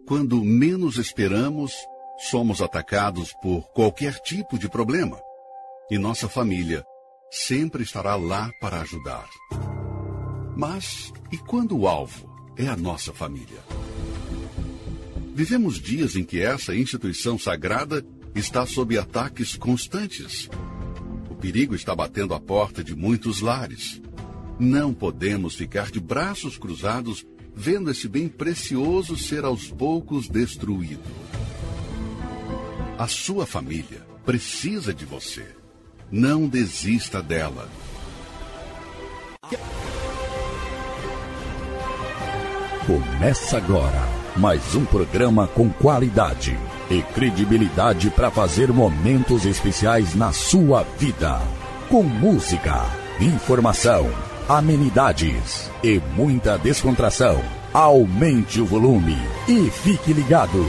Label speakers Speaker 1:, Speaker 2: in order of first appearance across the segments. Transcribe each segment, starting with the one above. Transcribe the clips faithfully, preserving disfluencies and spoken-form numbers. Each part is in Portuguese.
Speaker 1: quando menos esperamos, somos atacados por qualquer tipo de problema. E nossa família sempre estará lá para ajudar. Mas e quando o alvo é a nossa família? Vivemos dias em que essa instituição sagrada está sob ataques constantes. O perigo está batendo à porta de muitos lares. Não podemos ficar de braços cruzados vendo esse bem precioso ser aos poucos destruído. A sua família precisa de você. Não desista dela.
Speaker 2: Começa agora mais um programa com qualidade e credibilidade para fazer momentos especiais na sua vida. Com música, informação, amenidades e muita descontração. Aumente o volume e fique ligado.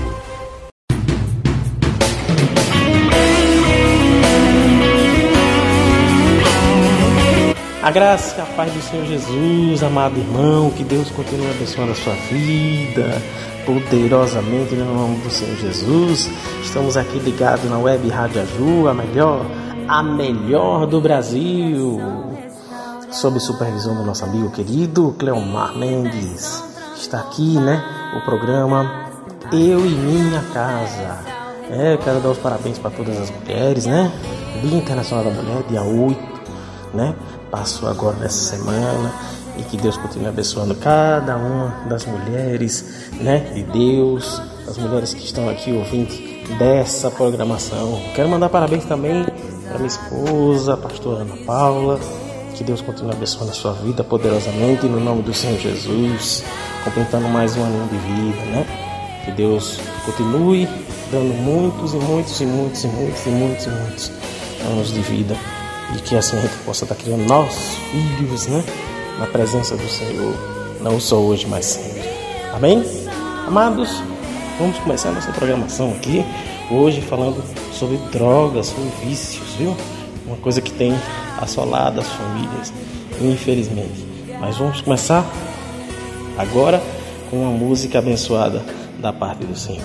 Speaker 3: A graça e a paz do Senhor Jesus, amado irmão, que Deus continue abençoando a sua vida poderosamente no nome do Senhor Jesus. Estamos aqui ligados na Web Rádio Aju, a melhor, a melhor do Brasil, sob supervisão do nosso amigo querido Cleomar Mendes. Está aqui, né, o programa Eu e Minha Casa. É, eu quero dar os parabéns para todas as mulheres, né? Dia Internacional da Mulher, dia oito, né? Passou agora nessa semana, e que Deus continue abençoando cada uma das mulheres, né, de Deus, as mulheres que estão aqui ouvindo dessa programação. Quero mandar parabéns também para minha esposa, a pastora Ana Paula, que Deus continue abençoando a sua vida poderosamente no nome do Senhor Jesus, completando mais um ano de vida, né? Que Deus continue dando muitos e muitos e muitos e muitos e muitos e muitos anos de vida. E que assim a gente possa estar criando nossos filhos, né? Na presença do Senhor, não só hoje, mas sempre. Amém? Amados, vamos começar a nossa programação aqui, hoje falando sobre drogas, sobre vícios, viu? Uma coisa que tem assolado as famílias, infelizmente. Mas vamos começar agora com uma música abençoada da parte do Senhor.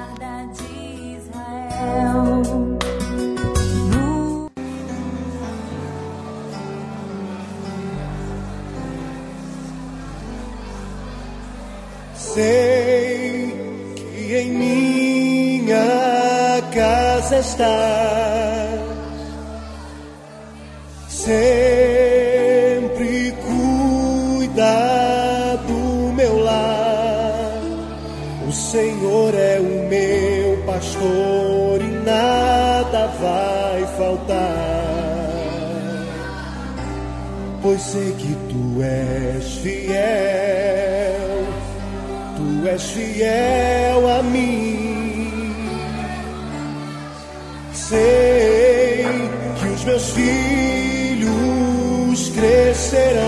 Speaker 4: Sei que em minha casa estás, sempre cuida do meu lar. O Senhor é o meu pastor e nada vai faltar, pois sei que tu és fiel. Tu és fiel a mim. Sei que os meus filhos crescerão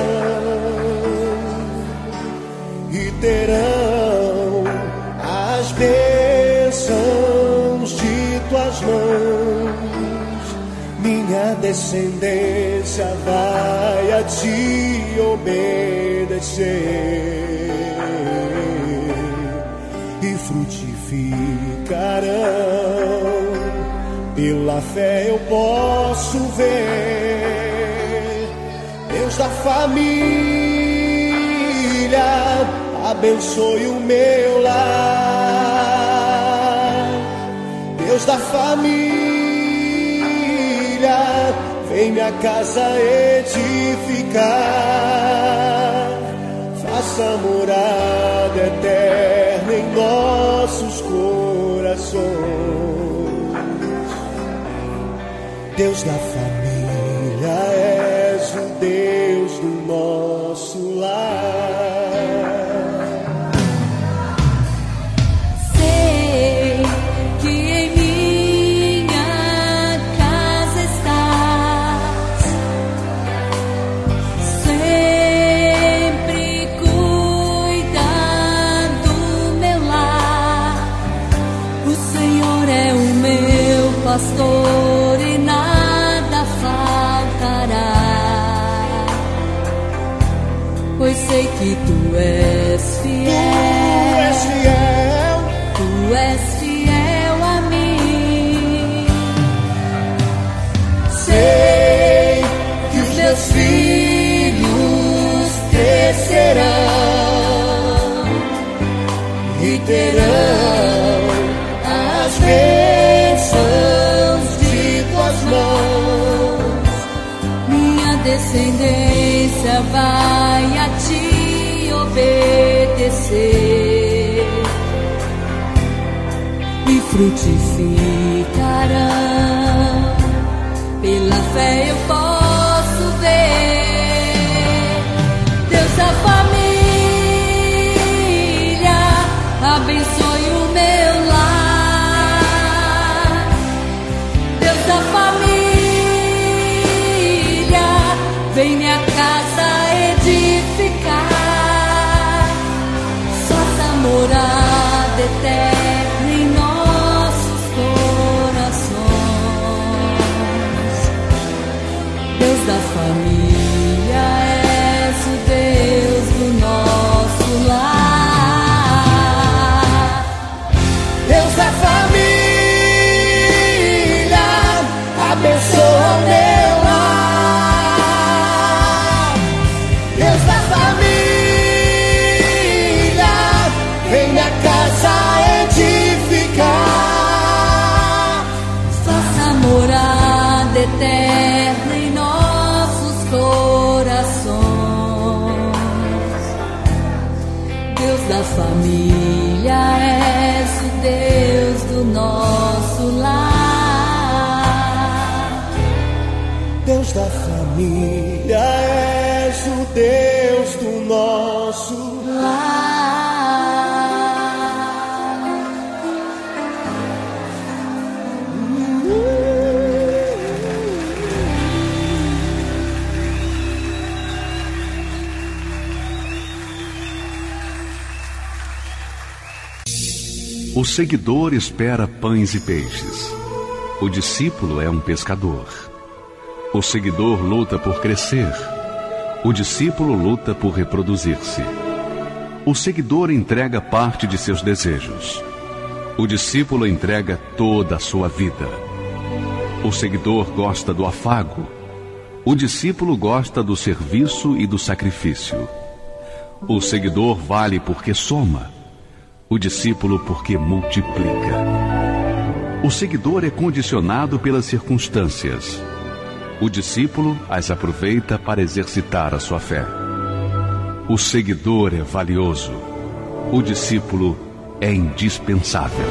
Speaker 4: e terão as bênçãos de tuas mãos. Minha descendência vai a ti obedecer e frutificarão. Pela fé eu posso ver Deus da família, abençoe o meu lar. Deus da família, vem minha casa edificar. Faça morada eterna em nossos corações. Deus da família, és o Deus do nosso lar.
Speaker 5: Sei que em minha casa estás, sempre cuida do meu lar. O Senhor é o meu pastor e nada faltará, pois sei que tu és fiel.
Speaker 4: Tu és fiel,
Speaker 5: Tu
Speaker 4: terão as bênçãos de tuas mãos.
Speaker 5: Minha descendência vai a ti obedecer e frutificarão. Pela fé eu posso ver Deus da família, abençoe o meu lar. Deus da família, vem minha casa edificar. Faça morada eterna em nossos corações. Deus da família, és o Deus do nosso lar.
Speaker 4: Deus da família, abençoa o meu lar. Deus da família, vem minha casa edificar.
Speaker 5: Faça morada eterna em nossos corações. Deus da família, és o Deus do nosso lar.
Speaker 4: Deus da família, és o Deus do nosso
Speaker 5: Lar.
Speaker 1: O seguidor espera pães e peixes. O discípulo é um pescador. O seguidor luta por crescer. O discípulo luta por reproduzir-se. O seguidor entrega parte de seus desejos. O discípulo entrega toda a sua vida. O seguidor gosta do afago. O discípulo gosta do serviço e do sacrifício. O seguidor vale porque soma. O discípulo porque multiplica. O seguidor é condicionado pelas circunstâncias. O discípulo as aproveita para exercitar a sua fé. O seguidor é valioso. O discípulo é indispensável.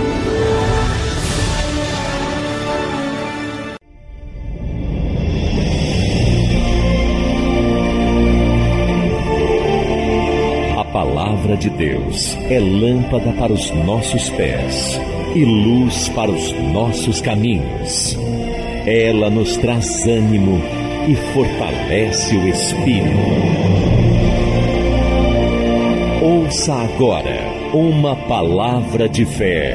Speaker 2: A palavra de Deus é lâmpada para os nossos pés e luz para os nossos caminhos. Ela nos traz ânimo e fortalece o espírito. Ouça agora uma palavra de fé.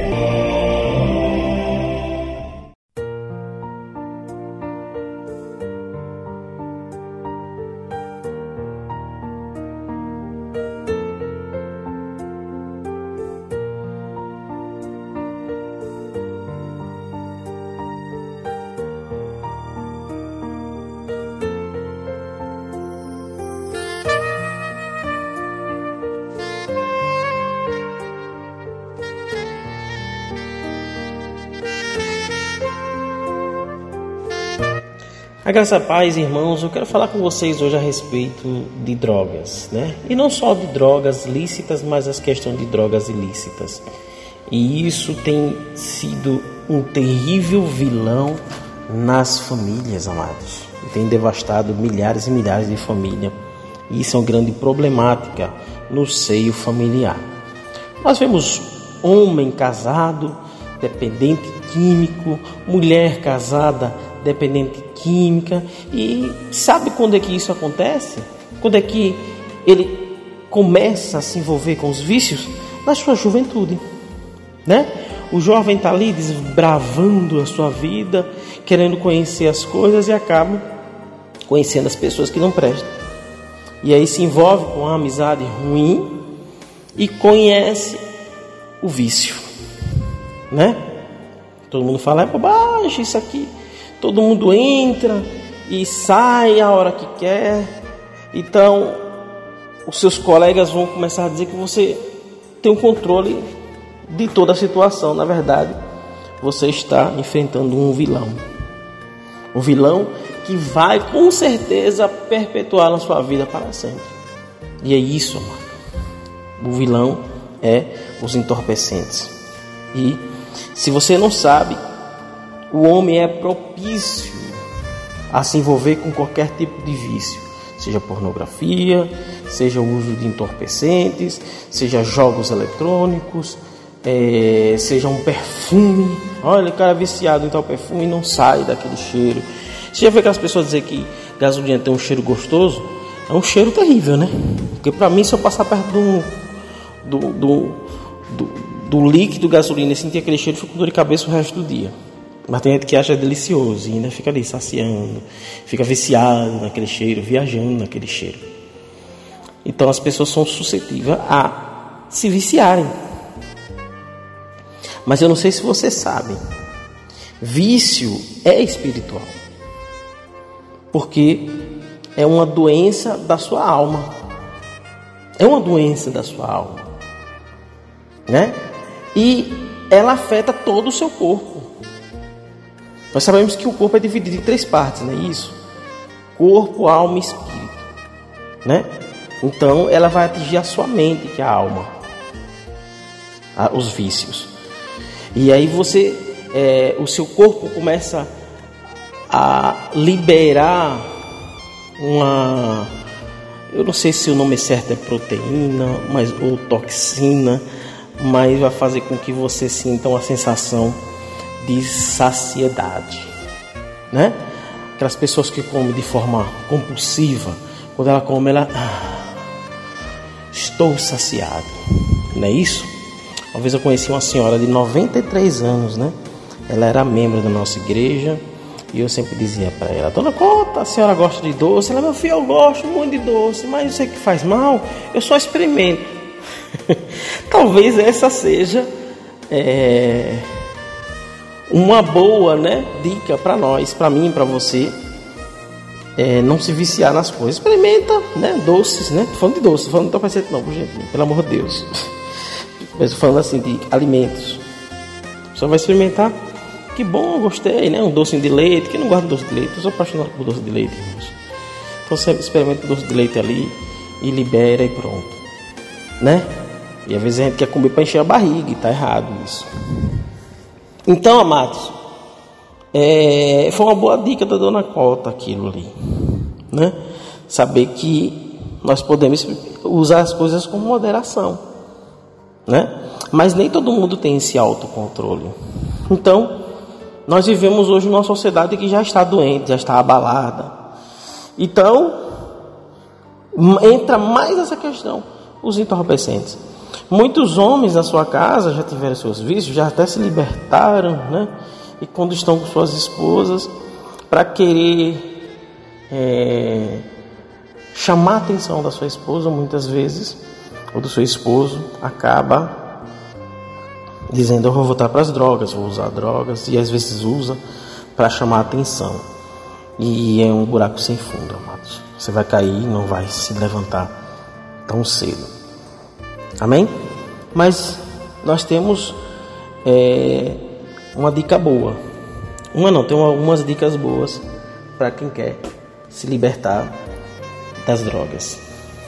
Speaker 3: A graça, a paz, irmãos, eu quero falar com vocês hoje a respeito de drogas, né? E não só de drogas lícitas, mas as questões de drogas ilícitas. E isso tem sido um terrível vilão nas famílias, amados. Tem devastado milhares e milhares de famílias. E isso é uma grande problemática no seio familiar. Nós vemos homem casado, dependente químico, mulher casada, dependente química. E sabe quando é que isso acontece? Quando é que ele começa a se envolver com os vícios? Na sua juventude, né? O jovem está ali desbravando a sua vida, querendo conhecer as coisas e acaba conhecendo as pessoas que não prestam. E aí se envolve com uma amizade ruim e conhece o vício, né? Todo mundo fala, é bobagem isso aqui. Todo mundo entra e sai a hora que quer. Então, os seus colegas vão começar a dizer que você tem um controle de toda a situação. Na verdade, você está enfrentando um vilão. Um vilão que vai com certeza perpetuar na sua vida para sempre. E é isso, amado. O vilão é os entorpecentes. E se você não sabe, o homem é propício a se envolver com qualquer tipo de vício, seja pornografia, seja o uso de entorpecentes, seja jogos eletrônicos, é, seja um perfume. Olha, o cara é viciado em tal perfume e não sai daquele cheiro. Você já vê aquelas pessoas dizer que gasolina tem um cheiro gostoso? É um cheiro terrível, né? Porque para mim, se eu passar perto do, do, do, do, do líquido gasolina e sentir aquele cheiro, eu fico com dor de cabeça o resto do dia. Mas tem gente que acha delicioso e ainda fica ali saciando, fica viciado naquele cheiro, viajando naquele cheiro. Então as pessoas são suscetíveis a se viciarem. Mas eu não sei se você sabe, vício é espiritual. Porque é uma doença da sua alma. É uma doença da sua alma, né? E ela afeta todo o seu corpo. Nós sabemos que o corpo é dividido em três partes, não é isso? Corpo, alma e espírito, né? Então ela vai atingir a sua mente, que é a alma, os vícios. E aí você, é, o seu corpo começa a liberar uma, eu não sei se o nome certo é proteína, mas ou toxina, mas vai fazer com que você sinta uma sensação de saciedade, né? Aquelas pessoas que comem de forma compulsiva, quando ela come, ela ah, estou saciado, não é isso? Uma vez eu conheci uma senhora de noventa e três anos, né? Ela era membro da nossa igreja e eu sempre dizia para ela: Dona Cota, a senhora gosta de doce? Ela: meu filho, eu gosto muito de doce, mas eu sei que faz mal, eu só experimento. Talvez essa seja é, uma boa, né, dica para nós, para mim, para você, é, não se viciar nas coisas. Experimenta, né, doces, né? Tô falando de doces, tô falando de entorpecente não, gente, pelo amor de Deus. Mas tô falando assim de alimentos. Você vai experimentar. Que bom, eu gostei, né? Um doce de leite. Quem não gosta de doce de leite? Eu sou apaixonado por doce de leite, irmãos. Então você experimenta o doce de leite ali e libera e pronto, né? E às vezes a gente quer comer para encher a barriga e tá errado isso. Então, amados, é, foi uma boa dica da Dona Cota aquilo ali, né? Saber que nós podemos usar as coisas com moderação, né? Mas nem todo mundo tem esse autocontrole. Então, nós vivemos hoje numa sociedade que já está doente, já está abalada. Então, entra mais essa questão, os entorpecentes. Muitos homens na sua casa já tiveram seus vícios, já até se libertaram, né? E quando estão com suas esposas, para querer é, chamar a atenção da sua esposa, muitas vezes, ou do seu esposo, acaba dizendo: eu vou voltar para as drogas, vou usar drogas, e às vezes usa para chamar a atenção. E é um buraco sem fundo, amados. Você vai cair e não vai se levantar tão cedo. Amém? Mas nós temos é, uma dica boa. Uma não, tem algumas dicas boas para quem quer se libertar das drogas.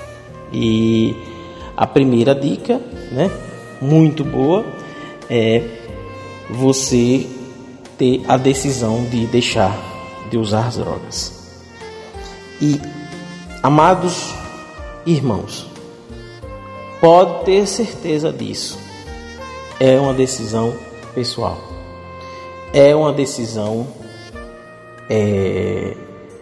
Speaker 3: E a primeira dica, né, muito boa, é você ter a decisão de deixar de usar as drogas. E, amados irmãos, pode ter certeza disso. É uma decisão pessoal. É uma decisão é,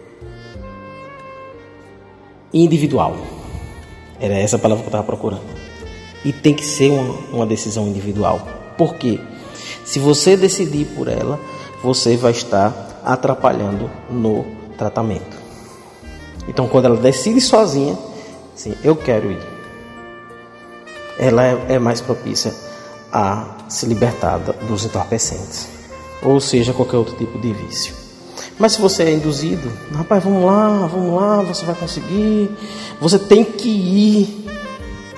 Speaker 3: individual. Era essa a palavra que eu estava procurando. E tem que ser uma, uma decisão individual. Por quê? Se você decidir por ela, você vai estar atrapalhando no tratamento. Então, quando ela decide sozinha, assim, eu quero ir, ela é, é mais propícia a se libertar dos entorpecentes, ou seja, qualquer outro tipo de vício. Mas se você é induzido, rapaz, vamos lá, vamos lá, você vai conseguir, você tem que ir,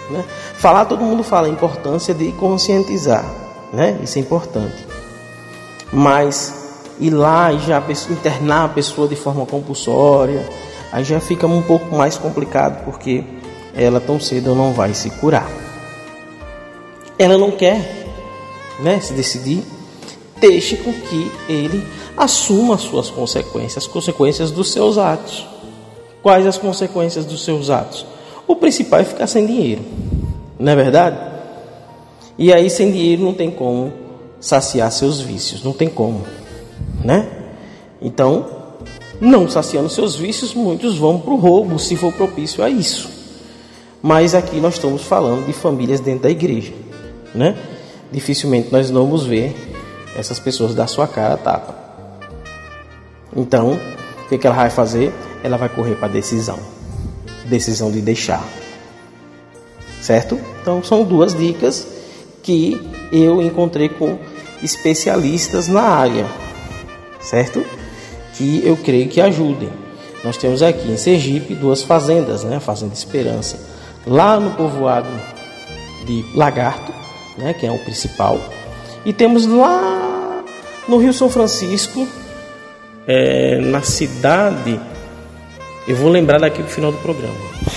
Speaker 3: né? Falar, todo mundo fala a importância de conscientizar, né? Isso é importante. Mas ir lá e já internar a pessoa de forma compulsória, aí já fica um pouco mais complicado, porque ela tão cedo não vai se curar. Ela não quer, né, se decidir, deixe com que ele assuma as suas consequências, as consequências dos seus atos. Quais as consequências dos seus atos? O principal é ficar sem dinheiro, não é verdade? E aí, sem dinheiro, não tem como saciar seus vícios, não tem como, né? Então, não saciando seus vícios, muitos vão para o roubo, se for propício a isso. Mas aqui nós estamos falando de famílias dentro da igreja, né? Dificilmente nós vamos ver essas pessoas dar sua cara a tapa. Então, o que, que ela vai fazer? Ela vai correr para a decisão. Decisão de deixar. Certo? Então, são duas dicas que eu encontrei com especialistas na área. Certo? Que eu creio que ajudem. Nós temos aqui em Sergipe duas fazendas, né? A Fazenda Esperança, lá no povoado de Lagarto, né? Que é o principal. E temos lá no Rio São Francisco, é, na cidade, eu vou lembrar daqui pro final do programa,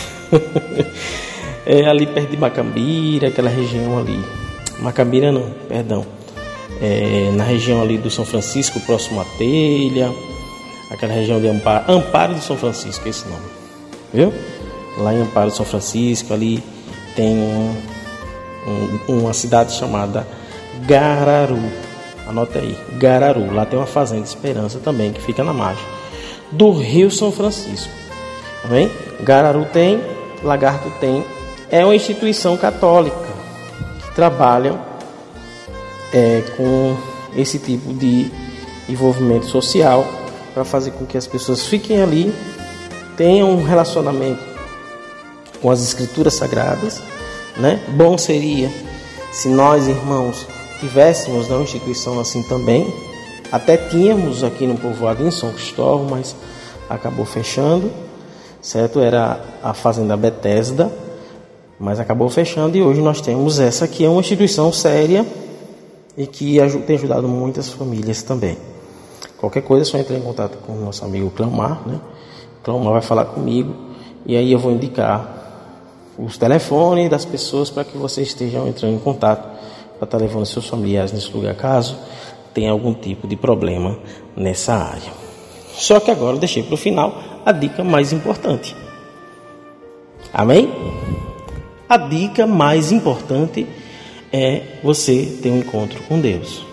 Speaker 3: é ali perto de Macambira, aquela região ali. Macambira não, perdão. É, na região ali do São Francisco, próximo à Telha, aquela região de Amparo, Amparo do São Francisco, esse nome, viu? Lá em Amparo do São Francisco, ali tem um, um, uma cidade chamada Gararu. Anota aí, Gararu. Lá tem uma Fazenda Esperança também, que fica na margem do Rio São Francisco. Tá bem? Gararu tem, Lagarto tem. É uma instituição católica que trabalha é, com esse tipo de envolvimento social para fazer com que as pessoas fiquem ali, tenham um relacionamento com as escrituras sagradas, né? Bom seria se nós, irmãos, tivéssemos uma instituição assim também. Até tínhamos aqui no povoado em São Cristóvão, mas acabou fechando, certo? Era a Fazenda Betesda, mas acabou fechando, e hoje nós temos essa aqui, é uma instituição séria e que tem ajudado muitas famílias também. Qualquer coisa é só entrar em contato com o nosso amigo Clamar, né? Clamar vai falar comigo e aí eu vou indicar os telefones das pessoas para que vocês estejam entrando em contato para estar levando seus familiares nesse lugar, caso tenha algum tipo de problema nessa área. Só que agora eu deixei para o final a dica mais importante. Amém? A dica mais importante é você ter um encontro com Deus.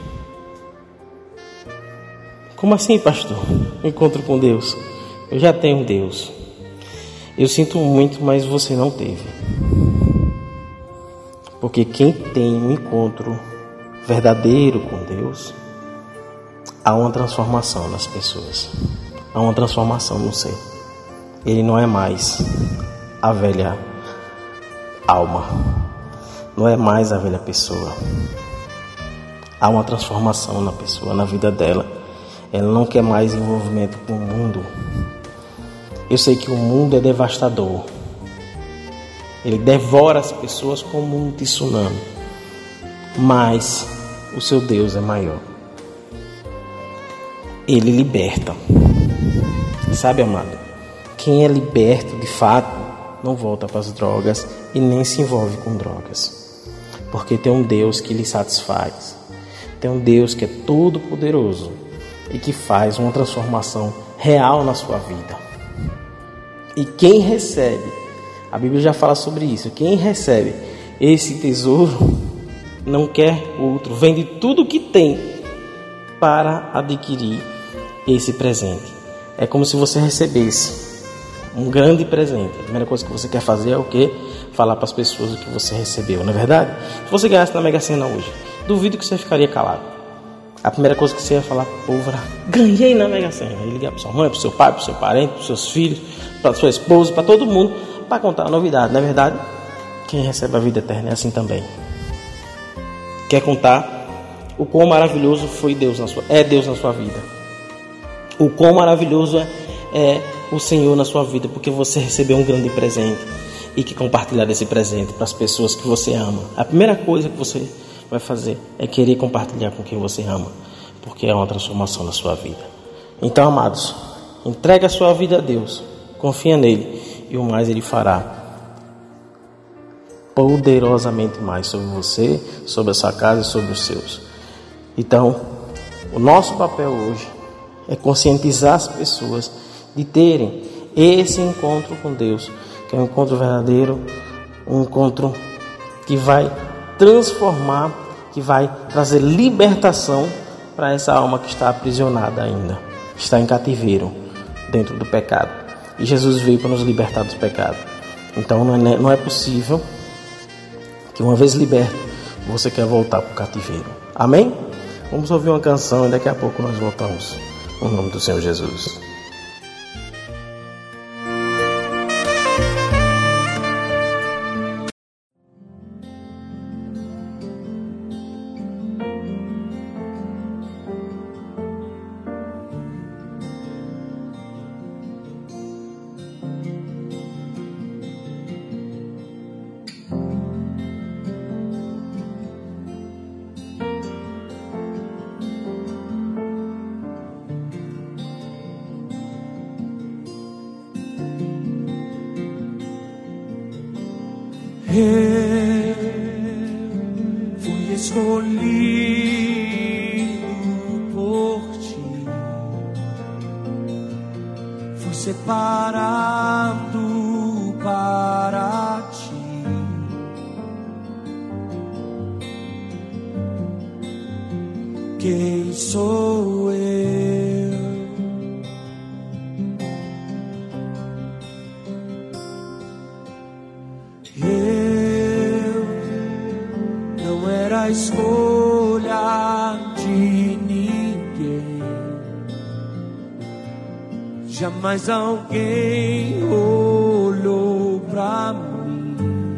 Speaker 3: Como assim, pastor? Encontro com Deus? Eu já tenho Deus. Eu sinto muito, mas você não teve. Porque quem tem um encontro verdadeiro com Deus, há uma transformação nas pessoas. Há uma transformação no ser. Ele não é mais a velha alma. Não é mais a velha pessoa. Há uma transformação na pessoa, na vida dela. Ela não quer mais envolvimento com o mundo. Eu sei que o mundo é devastador. Ele devora as pessoas como um tsunami. Mas o seu Deus é maior. Ele liberta. Sabe, amado? Quem é liberto de fato não volta para as drogas e nem se envolve com drogas. Porque tem um Deus que lhe satisfaz. Tem um Deus que é todo poderoso e que faz uma transformação real na sua vida. E quem recebe, a Bíblia já fala sobre isso, quem recebe esse tesouro não quer outro, vende tudo que tem para adquirir esse presente. É como se você recebesse um grande presente. A primeira coisa que você quer fazer é o quê? Falar para as pessoas o que você recebeu, não é verdade? Se você ganhasse na Mega Sena hoje, duvido que você ficaria calado. A primeira coisa que você ia falar, povo, ganhei na Mega Sena. E ligar para sua mãe, para seu pai, para seu parente, para seus filhos, para sua esposa, para todo mundo, para contar a novidade, não é verdade? Quem recebe a vida eterna é assim também. Quer contar o quão maravilhoso foi Deus na sua, é Deus na sua vida. O quão maravilhoso é, é o Senhor na sua vida, porque você recebeu um grande presente. e que compartilhar desse presente para as pessoas que você ama. A primeira coisa que você vai fazer é querer compartilhar com quem você ama, porque é uma transformação na sua vida. Então, amados, entregue a sua vida a Deus, confia nele e o mais ele fará poderosamente mais sobre você, sobre a sua casa e sobre os seus. Então, o nosso papel hoje é conscientizar as pessoas de terem esse encontro com Deus, que é um encontro verdadeiro, um encontro que vai transformar, que vai trazer libertação para essa alma que está aprisionada ainda, que está em cativeiro dentro do pecado. E Jesus veio para nos libertar dos pecados. Então não é, não é possível que uma vez liberto, você quer voltar para o cativeiro. Amém? Vamos ouvir uma canção e daqui a pouco nós voltamos. No nome do Senhor Jesus.
Speaker 4: Eu fui escolhido por ti, fui separado para ti. Quem sou eu? A escolha de ninguém, jamais alguém olhou pra mim.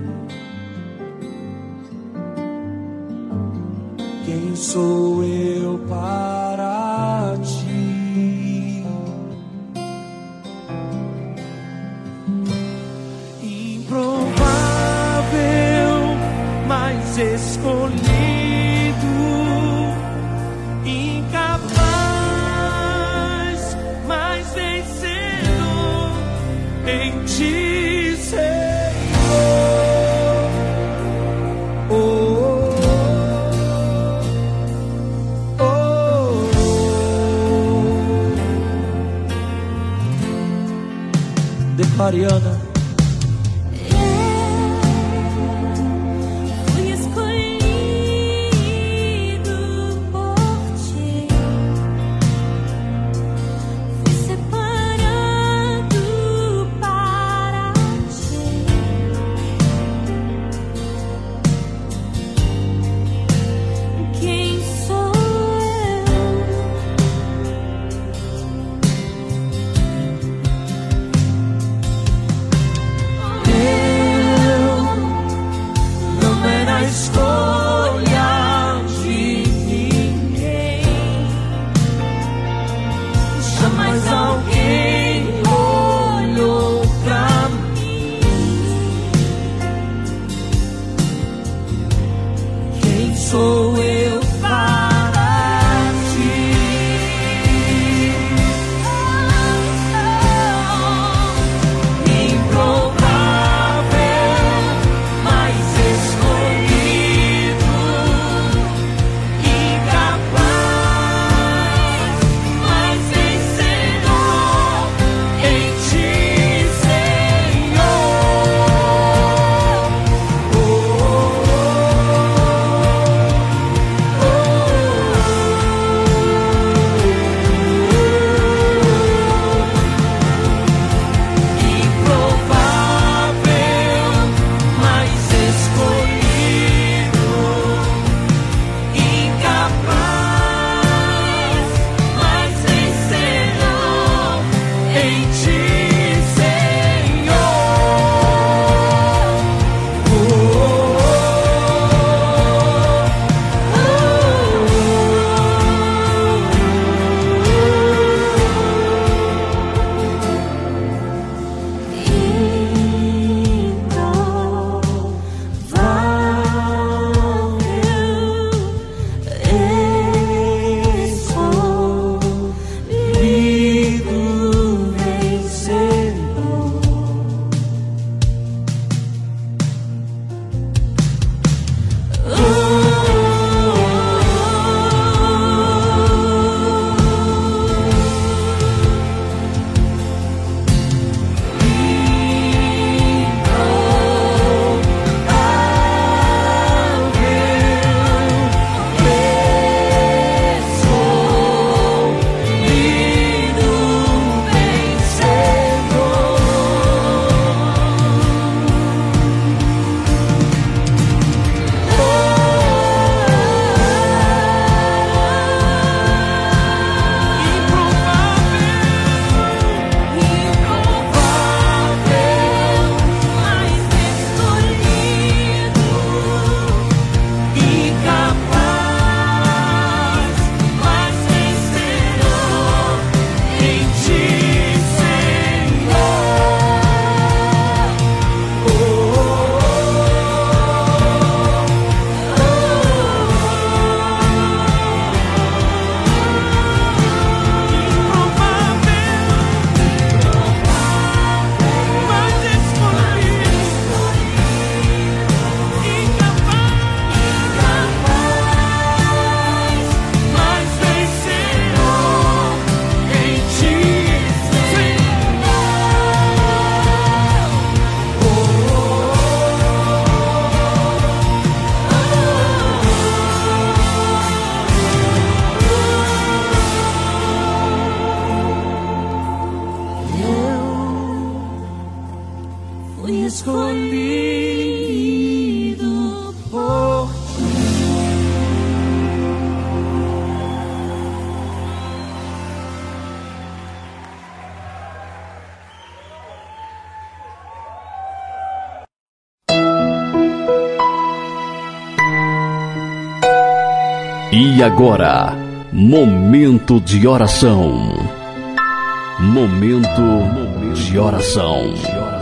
Speaker 4: Quem sou eu para ti? Improvável, mas escolhido. Mariana,
Speaker 5: fui escolhido por ti, fui separado para ti. Quem sou escolha de ninguém, jamais alguém olhou pra mim. Quem sou eu para ti? Improvável, mas escolhido.
Speaker 2: E agora, momento de oração. Momento de oração.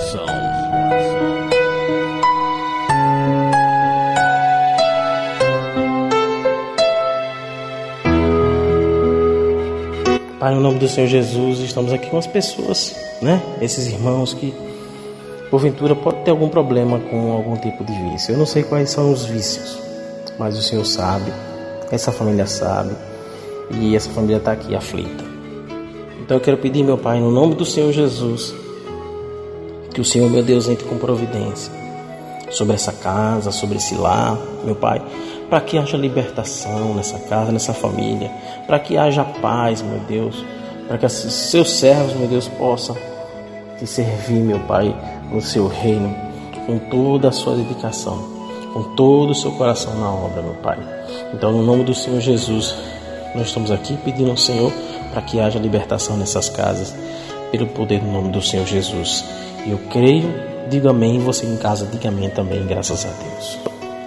Speaker 3: Pai, no nome do Senhor Jesus, estamos aqui com as pessoas, né? Esses irmãos que, porventura, pode ter algum problema com algum tipo de vício. Eu não sei quais são os vícios, mas o Senhor sabe, essa família sabe, e essa família está aqui aflita. Então eu quero pedir, meu Pai, no nome do Senhor Jesus, que o Senhor, meu Deus, entre com providência sobre essa casa, sobre esse lar, meu Pai, para que haja libertação nessa casa, nessa família, para que haja paz, meu Deus, para que seus servos, meu Deus, possam te servir, meu Pai, no seu reino, com toda a sua dedicação, com todo o seu coração na obra, meu Pai. Então, no nome do Senhor Jesus, nós estamos aqui pedindo ao Senhor para que haja libertação nessas casas, pelo poder do nome do Senhor Jesus. E eu creio, diga amém, você em casa, diga amém também, graças a Deus.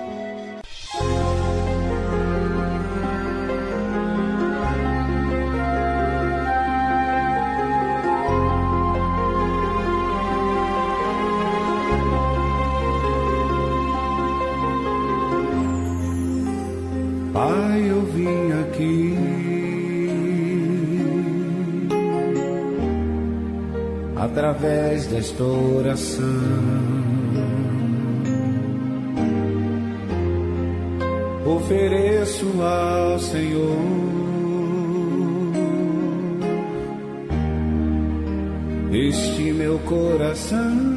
Speaker 4: Pai, eu vim aqui através desta oração, ofereço ao Senhor este meu coração.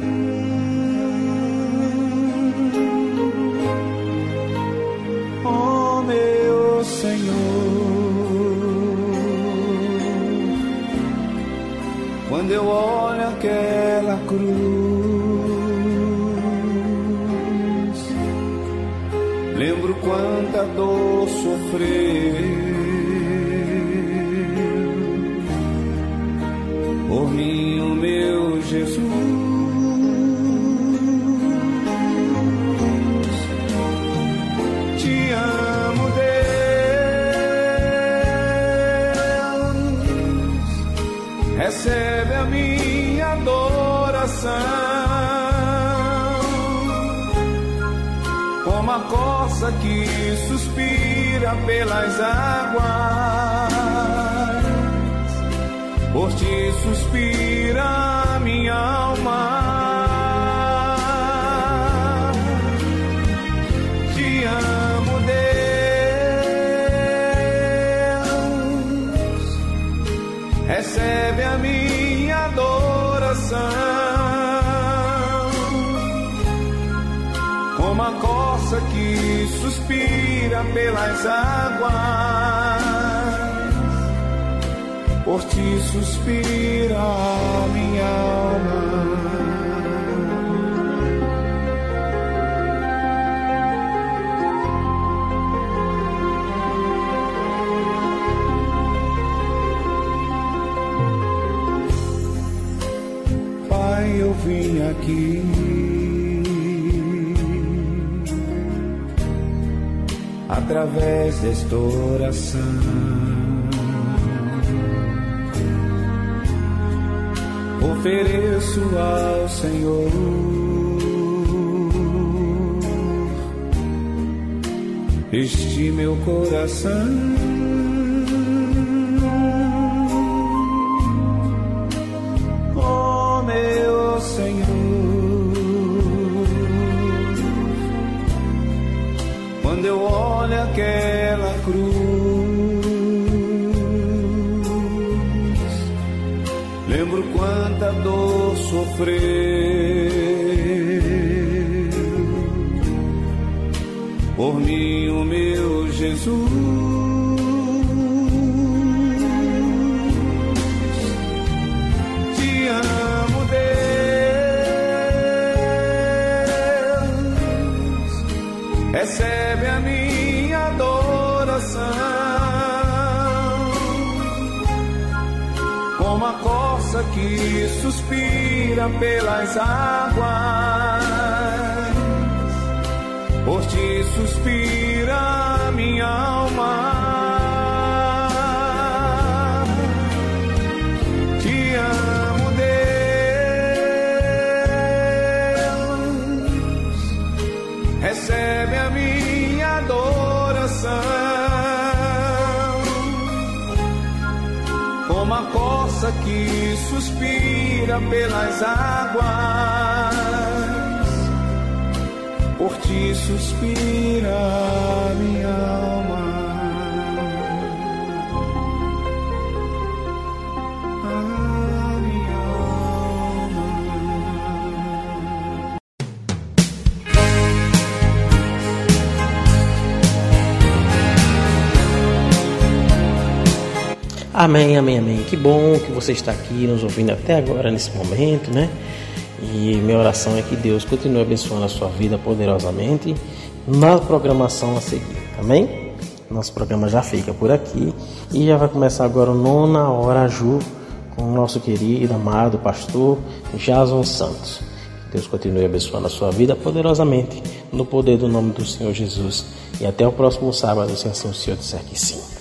Speaker 4: Quando eu olho aquela cruz, lembro quanta dor sofreu por mim, o meu Jesus. Te amo, Deus, recebe a minha adoração, como a corça que suspira pelas águas, por ti suspira a minha alma. Te amo, Deus, recebe a minha adoração, como a corça que suspira pelas águas, por ti suspira a minha alma. Pai, eu vim aqui através desta oração, ofereço ao Senhor este meu coração. Oh, meu Senhor, quando eu olho aquela cruz, lembro quanta dor sofreu por mim, o meu Jesus. Te amo, Deus, recebe a minha adoração, como a corça que suspira pelas águas, por ti suspira a minha alma. que suspira pelas águas, por ti suspira minha alma. Ah, minha alma.
Speaker 3: Amém, amém, amém. Que bom que você está aqui nos ouvindo até agora, nesse momento, né? E minha oração é que Deus continue abençoando a sua vida poderosamente na programação a seguir, amém? Nosso programa já fica por aqui e já vai começar agora o Nona Hora Ju com o nosso querido, amado pastor Jason Santos. Deus continue abençoando a sua vida poderosamente no poder do nome do Senhor Jesus. E até o próximo sábado, se assim o Senhor disser que sim.